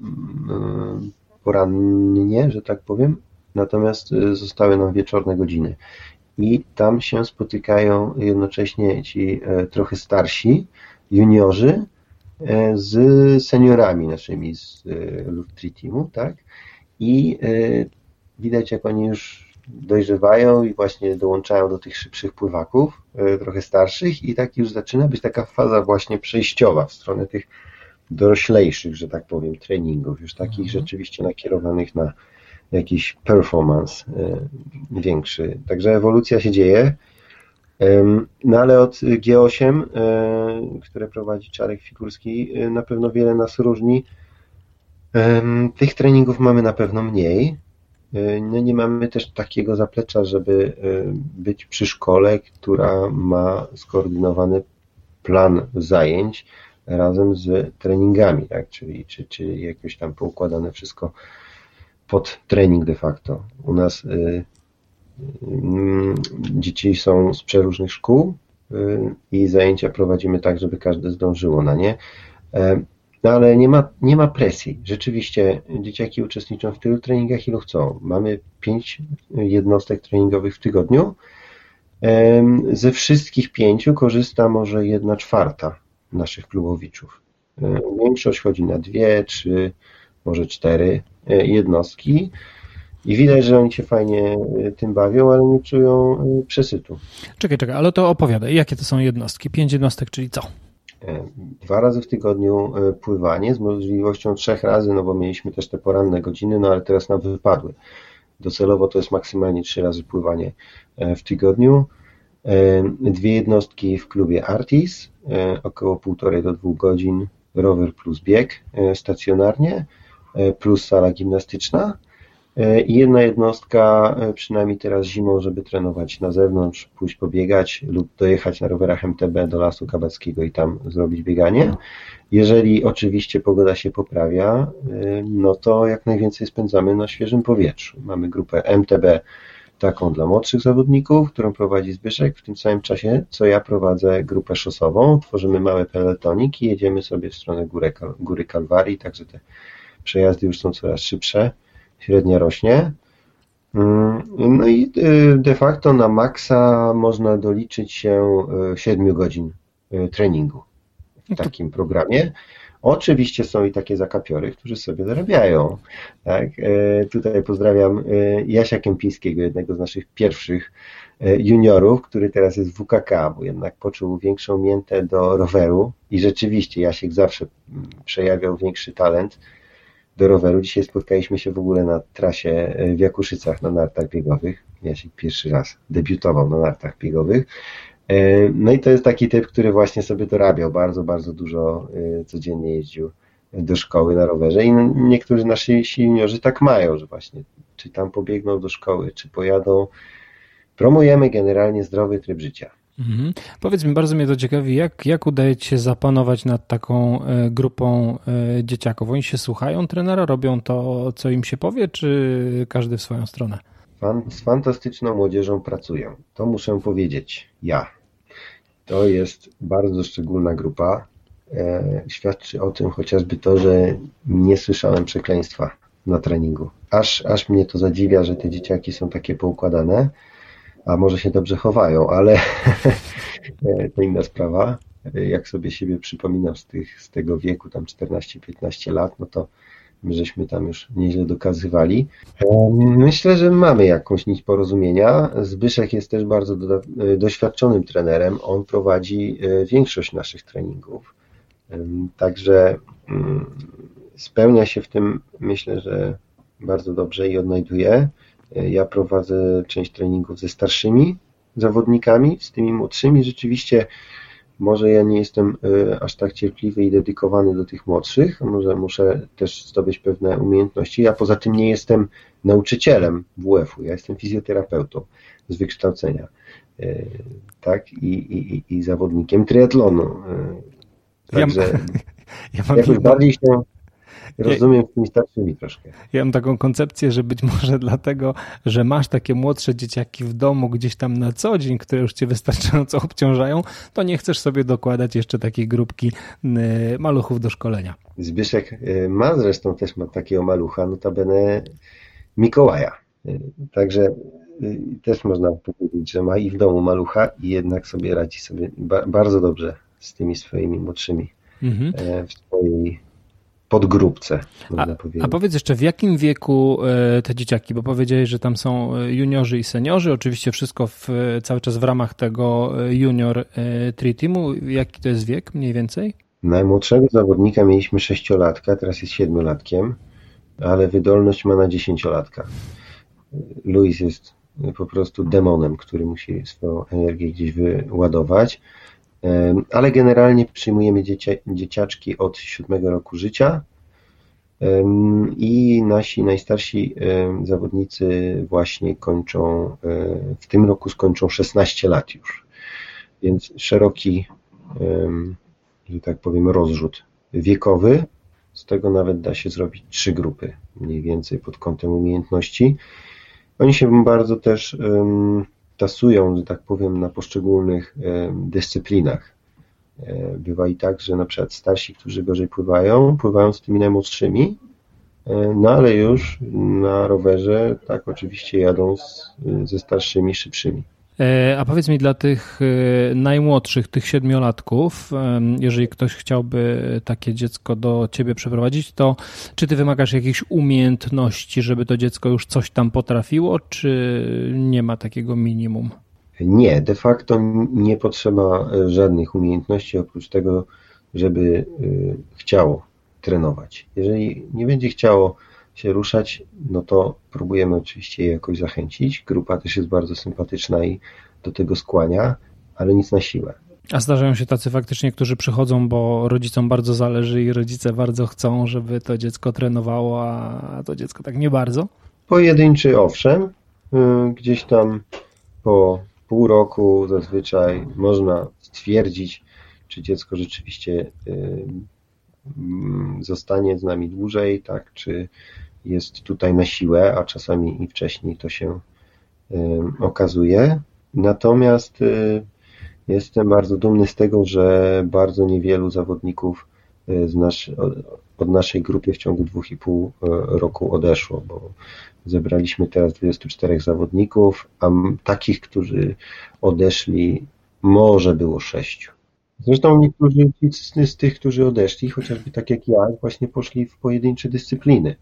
porannie, że tak powiem, natomiast zostały nam wieczorne godziny i tam się spotykają jednocześnie ci trochę starsi juniorzy z seniorami naszymi z Luft trzy Teamu, tak? I widać, jak oni już dojrzewają i właśnie dołączają do tych szybszych pływaków, trochę starszych i tak już zaczyna być taka faza właśnie przejściowa w stronę tych doroślejszych, że tak powiem, treningów, już takich mhm. rzeczywiście nakierowanych na jakiś performance większy. Także ewolucja się dzieje. No ale od G osiem, które prowadzi Czarek Fikurski, na pewno wiele nas różni. Tych treningów mamy na pewno mniej. No nie mamy też takiego zaplecza, żeby być przy szkole, która ma skoordynowany plan zajęć razem z treningami, tak? Czyli, czy, czyli jakoś tam poukładane wszystko pod trening de facto. U nas y, y, dzieci są z przeróżnych szkół y, i zajęcia prowadzimy tak, żeby każde zdążyło na nie. Y, no ale nie ma, nie ma presji. Rzeczywiście dzieciaki uczestniczą w tylu treningach, ilu chcą. Mamy pięć jednostek treningowych w tygodniu. Y, ze wszystkich pięciu korzysta może jedna czwarta naszych klubowiczów. Y, większość chodzi na dwie, trzy, może cztery jednostki i widać, że oni się fajnie tym bawią, ale nie czują przesytu.
Czekaj, czekaj, ale to opowiadaj, jakie to są jednostki? Pięć jednostek, czyli co?
Dwa razy w tygodniu pływanie z możliwością trzech razy, no bo mieliśmy też te poranne godziny, no ale teraz nam wypadły. Docelowo to jest maksymalnie trzy razy pływanie w tygodniu. Dwie jednostki w klubie Artis, około półtorej do dwóch godzin, rower plus bieg stacjonarnie, plus sala gimnastyczna i jedna jednostka, przynajmniej teraz zimą, żeby trenować na zewnątrz, pójść pobiegać lub dojechać na rowerach M T B do Lasu Kabackiego i tam zrobić bieganie. Jeżeli oczywiście pogoda się poprawia, no to jak najwięcej spędzamy na świeżym powietrzu. Mamy grupę M T B taką dla młodszych zawodników, którą prowadzi Zbyszek. W tym samym czasie, co ja prowadzę grupę szosową, tworzymy małe peletonik i jedziemy sobie w stronę góry, góry Kalwarii, także te przejazdy już są coraz szybsze, średnia rośnie. No i de facto na maksa można doliczyć się siedmiu godzin treningu w takim programie. Oczywiście są i takie zakapiory, którzy sobie zarabiają. Tak? Tutaj pozdrawiam Jasia Kępińskiego, jednego z naszych pierwszych juniorów, który teraz jest w W K K, bo jednak poczuł większą miętę do roweru i rzeczywiście Jasiek zawsze przejawiał większy talent do roweru. Dzisiaj spotkaliśmy się w ogóle na trasie w Jakuszycach na nartach biegowych. Jasiek pierwszy raz debiutował na nartach biegowych. No i to jest taki typ, który właśnie sobie dorabiał, bardzo, bardzo dużo codziennie jeździł do szkoły na rowerze i niektórzy nasi juniorzy tak mają, że właśnie czy tam pobiegną do szkoły, czy pojadą. Promujemy generalnie zdrowy tryb życia.
Mhm. Powiedz mi, bardzo mnie to ciekawi, jak, jak udaje ci się zapanować nad taką grupą dzieciaków? Oni się słuchają trenera, robią to, co im się powie, czy każdy w swoją stronę?
Fan, z fantastyczną młodzieżą pracuję. To muszę powiedzieć ja. To jest bardzo szczególna grupa. E, świadczy o tym chociażby to, że nie słyszałem przekleństwa na treningu. Aż, aż mnie to zadziwia, że te dzieciaki są takie poukładane, a może się dobrze chowają, ale to inna sprawa. Jak sobie siebie przypominam z, tych, z tego wieku, tam czternaście piętnaście lat, no to my żeśmy tam już nieźle dokazywali. Myślę, że mamy jakąś nić porozumienia. Zbyszek jest też bardzo do, doświadczonym trenerem. On prowadzi większość naszych treningów. Także spełnia się w tym, myślę, że bardzo dobrze i odnajduje. Ja prowadzę część treningów ze starszymi zawodnikami, z tymi młodszymi. Rzeczywiście może ja nie jestem aż tak cierpliwy i dedykowany do tych młodszych, może muszę też zdobyć pewne umiejętności. Ja poza tym nie jestem nauczycielem W F-u, ja jestem fizjoterapeutą z wykształcenia, tak, i, i, i zawodnikiem triatlonu. Także ja, ja mam jakoś bardziej się rozumiem z tymi starszymi troszkę.
Ja mam taką koncepcję, że być może dlatego, że masz takie młodsze dzieciaki w domu gdzieś tam na co dzień, które już cię wystarczająco obciążają, to nie chcesz sobie dokładać jeszcze takiej grupki maluchów do szkolenia.
Zbyszek ma zresztą też ma takiego malucha, notabene Mikołaja. Także też można powiedzieć, że ma i w domu malucha i jednak sobie radzi sobie bardzo dobrze z tymi swoimi młodszymi mhm. w swojej podgrupce, można
a,
powiedzieć.
A powiedz jeszcze, w jakim wieku te dzieciaki, bo powiedziałeś, że tam są juniorzy i seniorzy, oczywiście wszystko w, cały czas w ramach tego junior tri teamu. Jaki to jest wiek mniej więcej?
Najmłodszego zawodnika mieliśmy sześciolatka, teraz jest siedmiolatkiem, ale wydolność ma na dziesięciolatka. Luis jest po prostu demonem, który musi swoją energię gdzieś wyładować. Ale generalnie przyjmujemy dziecia, dzieciaczki od siódmego roku życia i nasi najstarsi zawodnicy właśnie kończą, w tym roku skończą szesnaście lat już, więc szeroki, że tak powiem, rozrzut wiekowy. Z tego nawet da się zrobić trzy grupy mniej więcej pod kątem umiejętności. Oni się bardzo też tasują, że tak powiem, na poszczególnych dyscyplinach. Bywa i tak, że na przykład starsi, którzy gorzej pływają, pływają z tymi najmłodszymi, no ale już na rowerze tak oczywiście jadą z, ze starszymi, szybszymi.
A powiedz mi, dla tych najmłodszych, tych siedmiolatków, jeżeli ktoś chciałby takie dziecko do ciebie przeprowadzić, to czy ty wymagasz jakichś umiejętności, żeby to dziecko już coś tam potrafiło, czy nie ma takiego minimum?
Nie, de facto nie potrzeba żadnych umiejętności, oprócz tego, żeby chciało trenować. Jeżeli nie będzie chciało się ruszać, no to próbujemy oczywiście je jakoś zachęcić. Grupa też jest bardzo sympatyczna i do tego skłania, ale nic na siłę.
A zdarzają się tacy faktycznie, którzy przychodzą, bo rodzicom bardzo zależy i rodzice bardzo chcą, żeby to dziecko trenowało, a to dziecko tak nie bardzo?
Pojedynczy owszem, gdzieś tam po pół roku zazwyczaj można stwierdzić, czy dziecko rzeczywiście zostanie z nami dłużej, tak, czy jest tutaj na siłę, a czasami i wcześniej to się okazuje. Natomiast jestem bardzo dumny z tego, że bardzo niewielu zawodników z nasz, od naszej grupy w ciągu dwóch i pół roku odeszło, bo zebraliśmy teraz dwudziestu czterech zawodników, a takich, którzy odeszli, może było sześciu. Zresztą niektórzy z tych, którzy odeszli, chociażby tak jak ja, właśnie poszli w pojedyncze dyscypliny,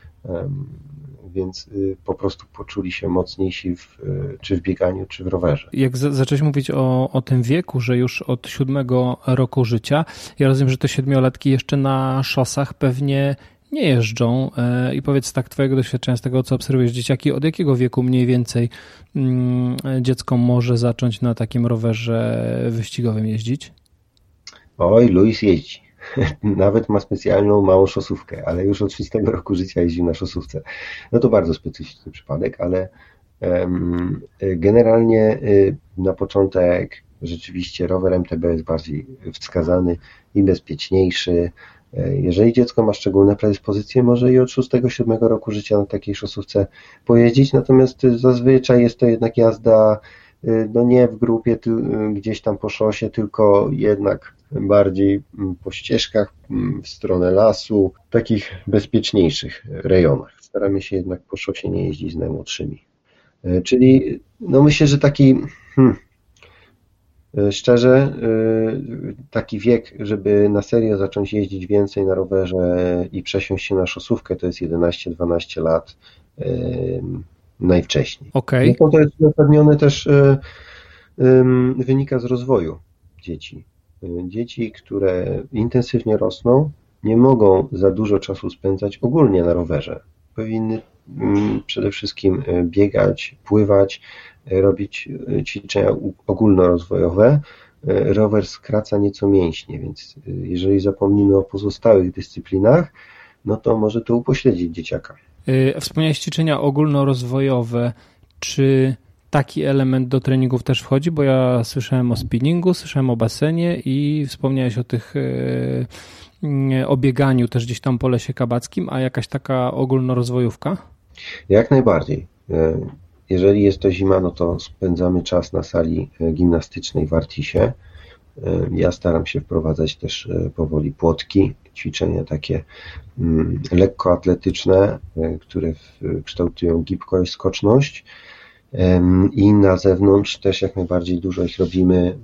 więc po prostu poczuli się mocniejsi w, czy w bieganiu, czy w rowerze.
Jak z- zacząłeś mówić o, o tym wieku, że już od siódmego roku życia, ja rozumiem, że te siedmiolatki jeszcze na szosach pewnie nie jeżdżą i powiedz tak, twojego doświadczenia, z tego co obserwujesz dzieciaki, od jakiego wieku mniej więcej dziecko może zacząć na takim rowerze wyścigowym jeździć?
Oj, Luis jeździ. Nawet ma specjalną małą szosówkę, ale już od szóstego roku życia jeździ na szosówce. No to bardzo specyficzny przypadek, ale um, generalnie y, na początek rzeczywiście rower M T B jest bardziej wskazany i bezpieczniejszy. Jeżeli dziecko ma szczególne predyspozycje, może i od szóstego siódmego roku życia na takiej szosówce pojeździć, natomiast zazwyczaj jest to jednak jazda no nie w grupie, gdzieś tam po szosie, tylko jednak bardziej po ścieżkach w stronę lasu, w takich bezpieczniejszych rejonach. Staramy się jednak po szosie nie jeździć z najmłodszymi. Czyli no myślę, że taki hmm, szczerze taki wiek, żeby na serio zacząć jeździć więcej na rowerze i przesiąść się na szosówkę, to jest jedenaście dwanaście lat najwcześniej.
Okay.
No to jest zapewnione też wynika z rozwoju dzieci. Dzieci, które intensywnie rosną, nie mogą za dużo czasu spędzać ogólnie na rowerze. Powinny przede wszystkim biegać, pływać, robić ćwiczenia ogólnorozwojowe. Rower skraca nieco mięśnie, więc jeżeli zapomnimy o pozostałych dyscyplinach, no to może to upośledzić dzieciaka.
Wspomniałeś ćwiczenia ogólnorozwojowe. Czy taki element do treningów też wchodzi? Bo ja słyszałem o spinningu, słyszałem o basenie i wspomniałeś o tych o bieganiu też gdzieś tam po Lesie Kabackim, a jakaś taka ogólnorozwojówka?
Jak najbardziej. Jeżeli jest to zima, no to spędzamy czas na sali gimnastycznej w Artisie. Ja staram się wprowadzać też powoli płotki, ćwiczenia takie lekkoatletyczne, które kształtują gibkość, skoczność. I na zewnątrz też jak najbardziej dużo ich robimy.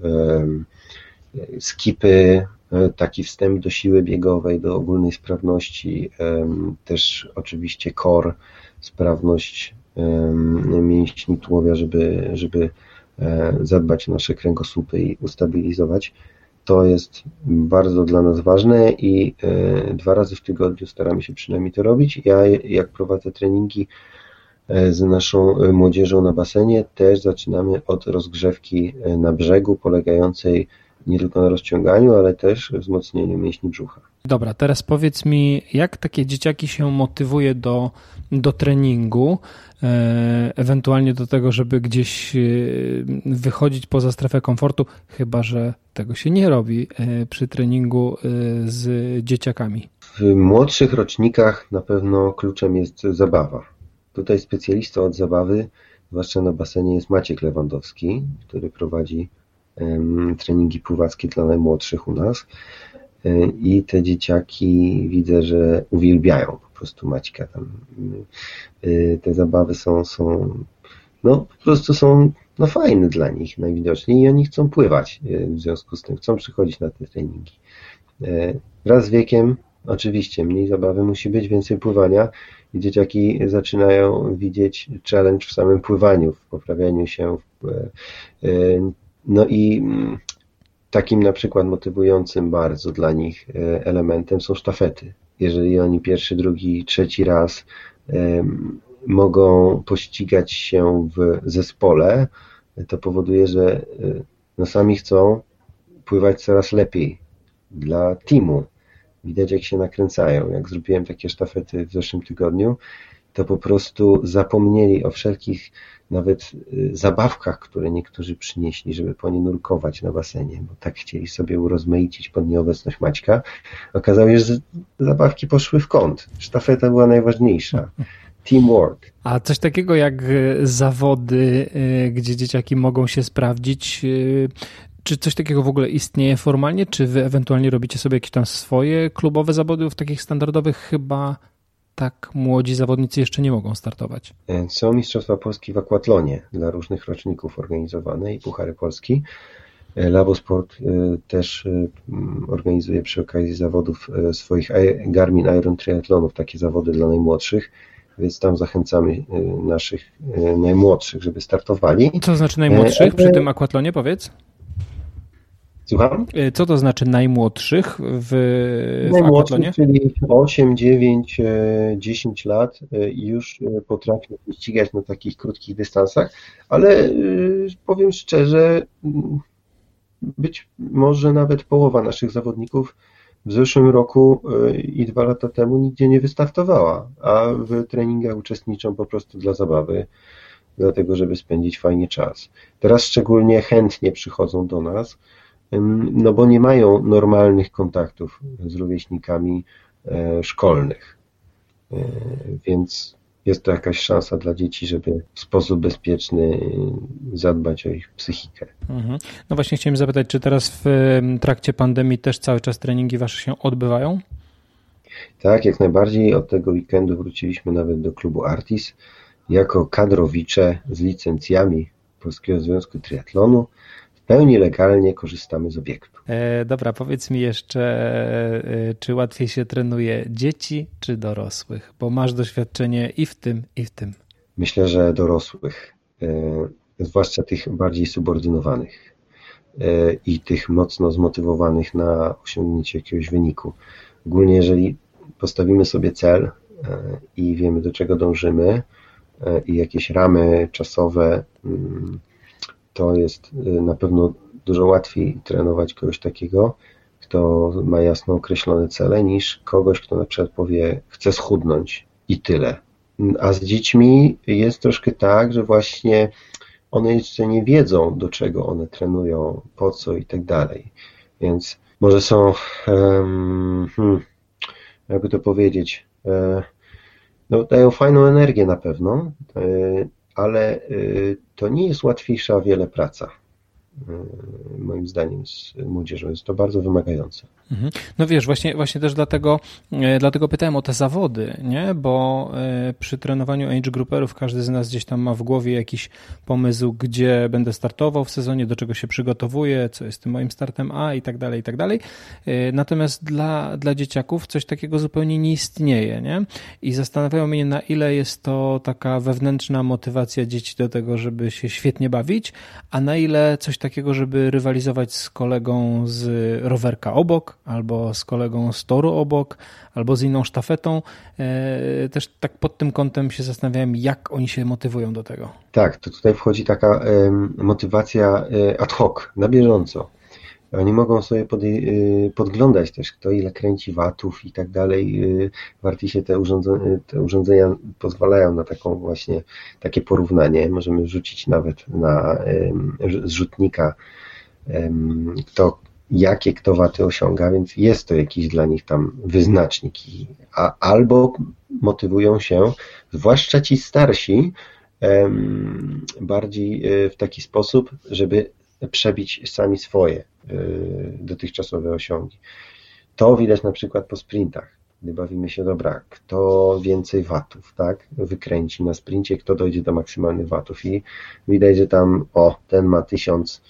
Skipy, taki wstęp do siły biegowej, do ogólnej sprawności, też oczywiście core, sprawność mięśni tułowia, żeby, żeby zadbać o nasze kręgosłupy i ustabilizować. To jest bardzo dla nas ważne i dwa razy w tygodniu staramy się przynajmniej to robić. Ja jak prowadzę treningi z naszą młodzieżą na basenie. Też zaczynamy od rozgrzewki na brzegu, polegającej nie tylko na rozciąganiu, ale też wzmocnieniu mięśni brzucha.
Dobra, teraz powiedz mi, jak takie dzieciaki się motywuje do, do treningu, e, ewentualnie do tego, żeby gdzieś wychodzić poza strefę komfortu, chyba że tego się nie robi e, przy treningu e, z dzieciakami.
W młodszych rocznikach na pewno kluczem jest zabawa. Tutaj specjalistą od zabawy, zwłaszcza na basenie, jest Maciek Lewandowski, który prowadzi um, treningi pływackie dla najmłodszych u nas. I te dzieciaki widzę, że uwielbiają po prostu Maćka. Tam te zabawy są, są no po prostu są no, fajne dla nich najwidoczniej i oni chcą pływać w związku z tym, chcą przychodzić na te treningi. Wraz z wiekiem oczywiście mniej zabawy musi być, więcej pływania i dzieciaki zaczynają widzieć challenge w samym pływaniu, w poprawianiu się. No i takim na przykład motywującym bardzo dla nich elementem są sztafety. Jeżeli oni pierwszy, drugi, trzeci raz mogą pościgać się w zespole, to powoduje, że no sami chcą pływać coraz lepiej dla teamu. Widać, jak się nakręcają. Jak zrobiłem takie sztafety w zeszłym tygodniu, to po prostu zapomnieli o wszelkich nawet zabawkach, które niektórzy przynieśli, żeby po nie nurkować na basenie, bo tak chcieli sobie urozmaicić pod nieobecność Maćka. Okazało się, że zabawki poszły w kąt. Sztafeta była najważniejsza. Teamwork.
A coś takiego jak zawody, gdzie dzieciaki mogą się sprawdzić, czy coś takiego w ogóle istnieje formalnie? Czy wy ewentualnie robicie sobie jakieś tam swoje klubowe zawody? W takich standardowych chyba tak młodzi zawodnicy jeszcze nie mogą startować.
Są Mistrzostwa Polski w akwatlonie dla różnych roczników organizowane i Puchary Polski. Labosport też organizuje przy okazji zawodów swoich Garmin Iron Triathlonów takie zawody dla najmłodszych, więc tam zachęcamy naszych najmłodszych, żeby startowali.
Co znaczy najmłodszych przy tym akwatlonie, powiedz?
Słucham?
Co to znaczy najmłodszych w, w
najmłodszych,
akwatlonie?
Czyli osiem, dziewięć, dziesięć lat i już potrafią ścigać na takich krótkich dystansach, ale powiem szczerze, być może nawet połowa naszych zawodników w zeszłym roku i dwa lata temu nigdzie nie wystartowała, a w treningach uczestniczą po prostu dla zabawy, dlatego żeby spędzić fajnie czas. Teraz szczególnie chętnie przychodzą do nas, no bo nie mają normalnych kontaktów z rówieśnikami szkolnych, więc jest to jakaś szansa dla dzieci, żeby w sposób bezpieczny zadbać o ich psychikę.
Mhm. No właśnie chciałem zapytać, czy teraz w trakcie pandemii też cały czas treningi wasze się odbywają?
Tak, jak najbardziej. Od tego weekendu wróciliśmy nawet do klubu Artis jako kadrowicze z licencjami Polskiego Związku Triathlonu. W pełni legalnie korzystamy z obiektu.
E, dobra, powiedz mi jeszcze, e, czy łatwiej się trenuje dzieci czy dorosłych? Bo masz doświadczenie i w tym, i w tym.
Myślę, że dorosłych, e, zwłaszcza tych bardziej subordynowanych e, i tych mocno zmotywowanych na osiągnięcie jakiegoś wyniku. Ogólnie jeżeli postawimy sobie cel e, i wiemy, do czego dążymy e, i jakieś ramy czasowe, mm, to jest na pewno dużo łatwiej trenować kogoś takiego, kto ma jasno określone cele, niż kogoś, kto na przykład powie, chcę schudnąć i tyle. A z dziećmi jest troszkę tak, że właśnie one jeszcze nie wiedzą, do czego one trenują, po co i tak dalej. Więc może są, um, hmm, jakby to powiedzieć, um, no, dają fajną energię na pewno, um, ale to nie jest łatwiejsza o wiele praca, moim zdaniem, z młodzieżą. Jest to bardzo wymagające.
No wiesz, właśnie, właśnie też dlatego, dlatego pytałem o te zawody, nie? Bo przy trenowaniu age grouperów każdy z nas gdzieś tam ma w głowie jakiś pomysł, gdzie będę startował w sezonie, do czego się przygotowuję, co jest tym moim startem A i tak dalej, i tak dalej. Natomiast dla, dla dzieciaków coś takiego zupełnie nie istnieje, nie? I zastanawiają mnie, na ile jest to taka wewnętrzna motywacja dzieci do tego, żeby się świetnie bawić, a na ile coś takiego, żeby rywalizować z kolegą z rowerka obok, albo z kolegą z toru obok, albo z inną sztafetą. Też tak pod tym kątem się zastanawiałem, jak oni się motywują do tego.
Tak, to tutaj wchodzi taka motywacja ad hoc, na bieżąco. Oni mogą sobie pod, podglądać też, kto ile kręci watów i tak dalej. W Artisie te urządzenia, te urządzenia pozwalają na taką właśnie takie porównanie. Możemy rzucić nawet na zrzutnika, kto, jakie kto waty osiąga, więc jest to jakiś dla nich tam wyznacznik. A, albo motywują się, zwłaszcza ci starsi, bardziej w taki sposób, żeby przebić sami swoje dotychczasowe osiągi. To widać na przykład po sprintach, gdy bawimy się, dobra, kto więcej watów, tak, wykręci na sprincie, kto dojdzie do maksymalnych watów i widać, że tam, o, ten ma tysiąc,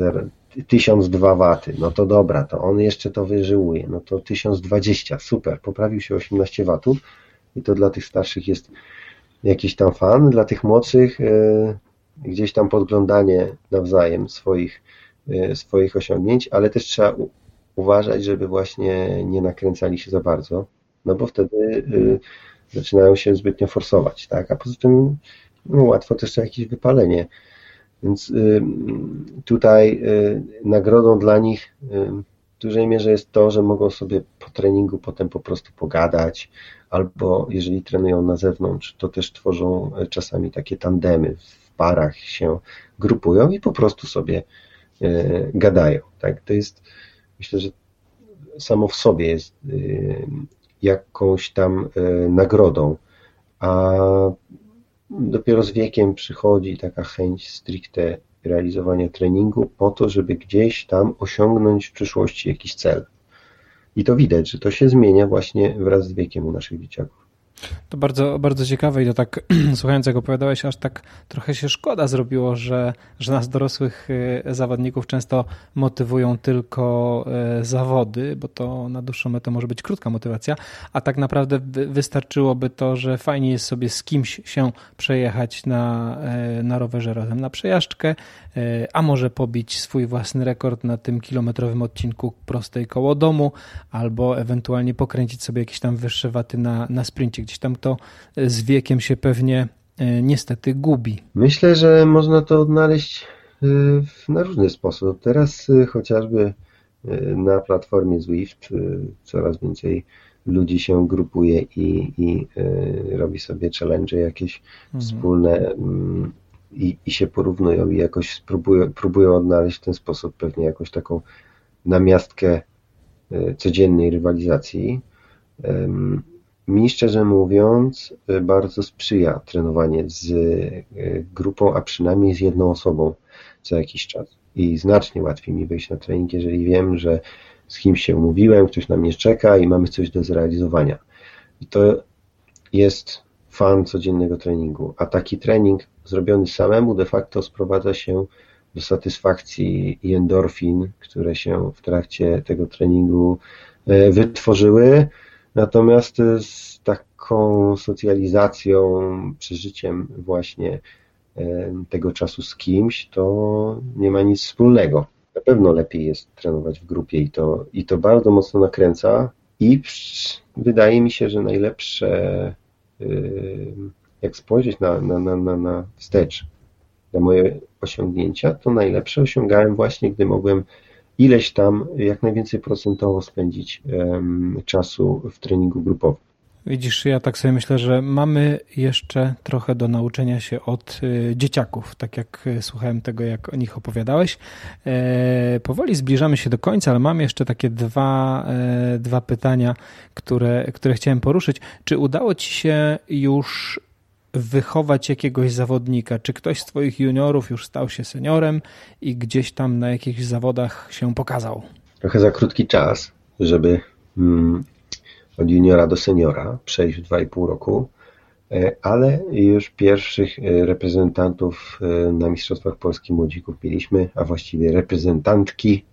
tysiąc dwa waty, no to dobra, to on jeszcze to wyżyłuje, no to tysiąc dwadzieścia, super, poprawił się osiemnaście watów i to dla tych starszych jest jakiś tam fan, dla tych młodszych yy, gdzieś tam podglądanie nawzajem swoich, swoich osiągnięć, ale też trzeba u, uważać, żeby właśnie nie nakręcali się za bardzo, no bo wtedy y, zaczynają się zbytnio forsować, tak? A poza tym no, łatwo też jakieś wypalenie. Więc y, tutaj y, nagrodą dla nich y, w dużej mierze jest to, że mogą sobie po treningu potem po prostu pogadać, albo jeżeli trenują na zewnątrz, to też tworzą czasami takie tandemy, w parach się grupują i po prostu sobie y, gadają. Tak? To jest, myślę, że samo w sobie jest y, jakąś tam y, nagrodą, a dopiero z wiekiem przychodzi taka chęć stricte realizowania treningu po to, żeby gdzieś tam osiągnąć w przyszłości jakiś cel. I to widać, że to się zmienia właśnie wraz z wiekiem u naszych dzieciaków.
To bardzo, bardzo ciekawe i to tak słuchając jak opowiadałeś, aż tak trochę się szkoda zrobiło, że, że nas dorosłych zawodników często motywują tylko zawody, bo to na dłuższą metę może być krótka motywacja, a tak naprawdę wystarczyłoby to, że fajnie jest sobie z kimś się przejechać na, na rowerze razem na przejażdżkę, a może pobić swój własny rekord na tym kilometrowym odcinku prostej koło domu, albo ewentualnie pokręcić sobie jakieś tam wyższe waty na, na sprincie. Gdzieś tam to z wiekiem się pewnie niestety gubi.
Myślę, że można to odnaleźć na różny sposób. Teraz chociażby na platformie Zwift coraz więcej ludzi się grupuje i, i robi sobie challenge jakieś mhm. wspólne i, i się porównują i jakoś spróbują, próbują odnaleźć w ten sposób pewnie jakąś taką namiastkę codziennej rywalizacji. Mi, szczerze mówiąc, bardzo sprzyja trenowanie z grupą, a przynajmniej z jedną osobą co jakiś czas. I znacznie łatwiej mi wyjść na trening, jeżeli wiem, że z kimś się umówiłem, ktoś na mnie czeka i mamy coś do zrealizowania. I to jest fan codziennego treningu. A taki trening zrobiony samemu de facto sprowadza się do satysfakcji i endorfin, które się w trakcie tego treningu wytworzyły. Natomiast z taką socjalizacją, przeżyciem właśnie tego czasu z kimś, to nie ma nic wspólnego. Na pewno lepiej jest trenować w grupie i to, i to bardzo mocno nakręca i wydaje mi się, że najlepsze, jak spojrzeć na, na, na, na, na wstecz, na moje osiągnięcia, to najlepsze osiągałem właśnie, gdy mogłem ileś tam, jak najwięcej procentowo spędzić um, czasu w treningu grupowym.
Widzisz, ja tak sobie myślę, że mamy jeszcze trochę do nauczenia się od y, dzieciaków, tak jak y, słuchałem tego, jak o nich opowiadałeś. E, powoli zbliżamy się do końca, ale mam jeszcze takie dwa, e, dwa pytania, które, które chciałem poruszyć. Czy udało ci się już wychować jakiegoś zawodnika? Czy ktoś z twoich juniorów już stał się seniorem i gdzieś tam na jakichś zawodach się pokazał?
Trochę za krótki czas, żeby mm, od juniora do seniora przejść w dwa i pół roku, ale już pierwszych reprezentantów na Mistrzostwach Polski Młodzików mieliśmy, a właściwie reprezentantki.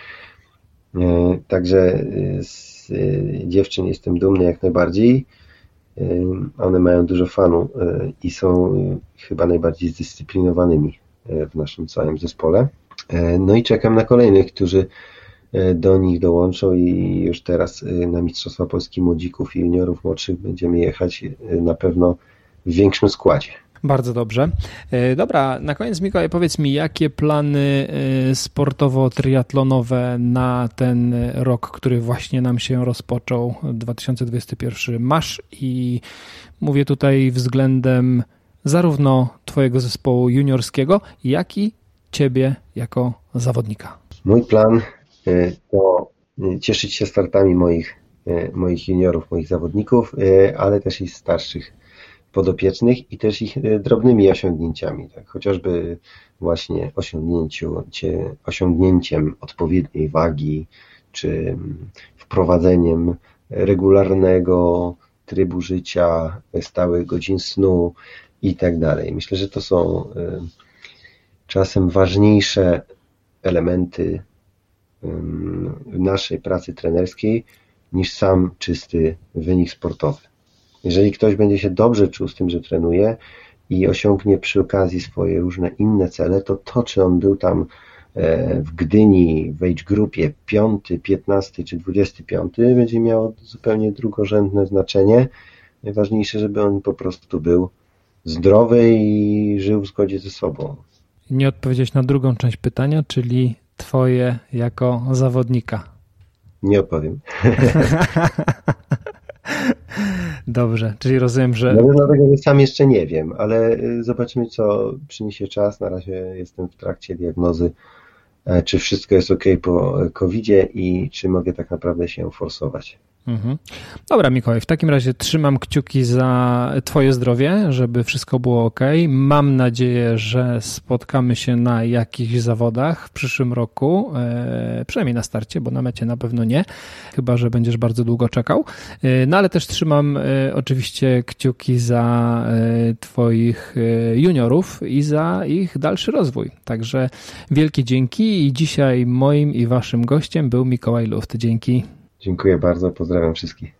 Także z dziewczyn jestem dumny jak najbardziej. One mają dużo fanu i są chyba najbardziej zdyscyplinowanymi w naszym całym zespole. No i czekam na kolejnych, którzy do nich dołączą i już teraz na Mistrzostwa Polski Młodzików i Juniorów Młodszych będziemy jechać na pewno w większym składzie.
Bardzo dobrze. Dobra, na koniec Mikołaj, powiedz mi, jakie plany sportowo-triatlonowe na ten rok, który właśnie nam się rozpoczął, dwa tysiące dwudziesty pierwszy masz i mówię tutaj względem zarówno twojego zespołu juniorskiego, jak i ciebie jako zawodnika.
Mój plan to cieszyć się startami moich, moich juniorów, moich zawodników, ale też i starszych podopiecznych i też ich drobnymi osiągnięciami, tak? Chociażby właśnie osiągnięciu, osiągnięciem odpowiedniej wagi, czy wprowadzeniem regularnego trybu życia, stałych godzin snu i tak dalej. Myślę, że to są czasem ważniejsze elementy naszej pracy trenerskiej niż sam czysty wynik sportowy. Jeżeli ktoś będzie się dobrze czuł z tym, że trenuje i osiągnie przy okazji swoje różne inne cele, to to, czy on był tam w Gdyni w age grupie piąty, piętnasty czy dwudziesty piąty, będzie miało zupełnie drugorzędne znaczenie. Najważniejsze, żeby on po prostu był zdrowy i żył w zgodzie ze sobą.
Nie odpowiedziałeś na drugą część pytania, czyli twoje jako zawodnika.
Nie odpowiem.
Dobrze, czyli rozumiem, że...
No dlatego, że sam jeszcze nie wiem, ale zobaczymy, co przyniesie czas. Na razie jestem w trakcie diagnozy, czy wszystko jest ok po kowidzie i czy mogę tak naprawdę się forsować.
Mhm. Dobra, Mikołaj, w takim razie trzymam kciuki za twoje zdrowie, żeby wszystko było ok. Mam nadzieję, że spotkamy się na jakichś zawodach w przyszłym roku, e, przynajmniej na starcie, bo na mecie na pewno nie, chyba że będziesz bardzo długo czekał. E, no ale też trzymam e, oczywiście kciuki za e, twoich e, juniorów i za ich dalszy rozwój. Także wielkie dzięki i dzisiaj moim i waszym gościem był Mikołaj Luft. Dzięki.
Dziękuję bardzo, pozdrawiam wszystkich.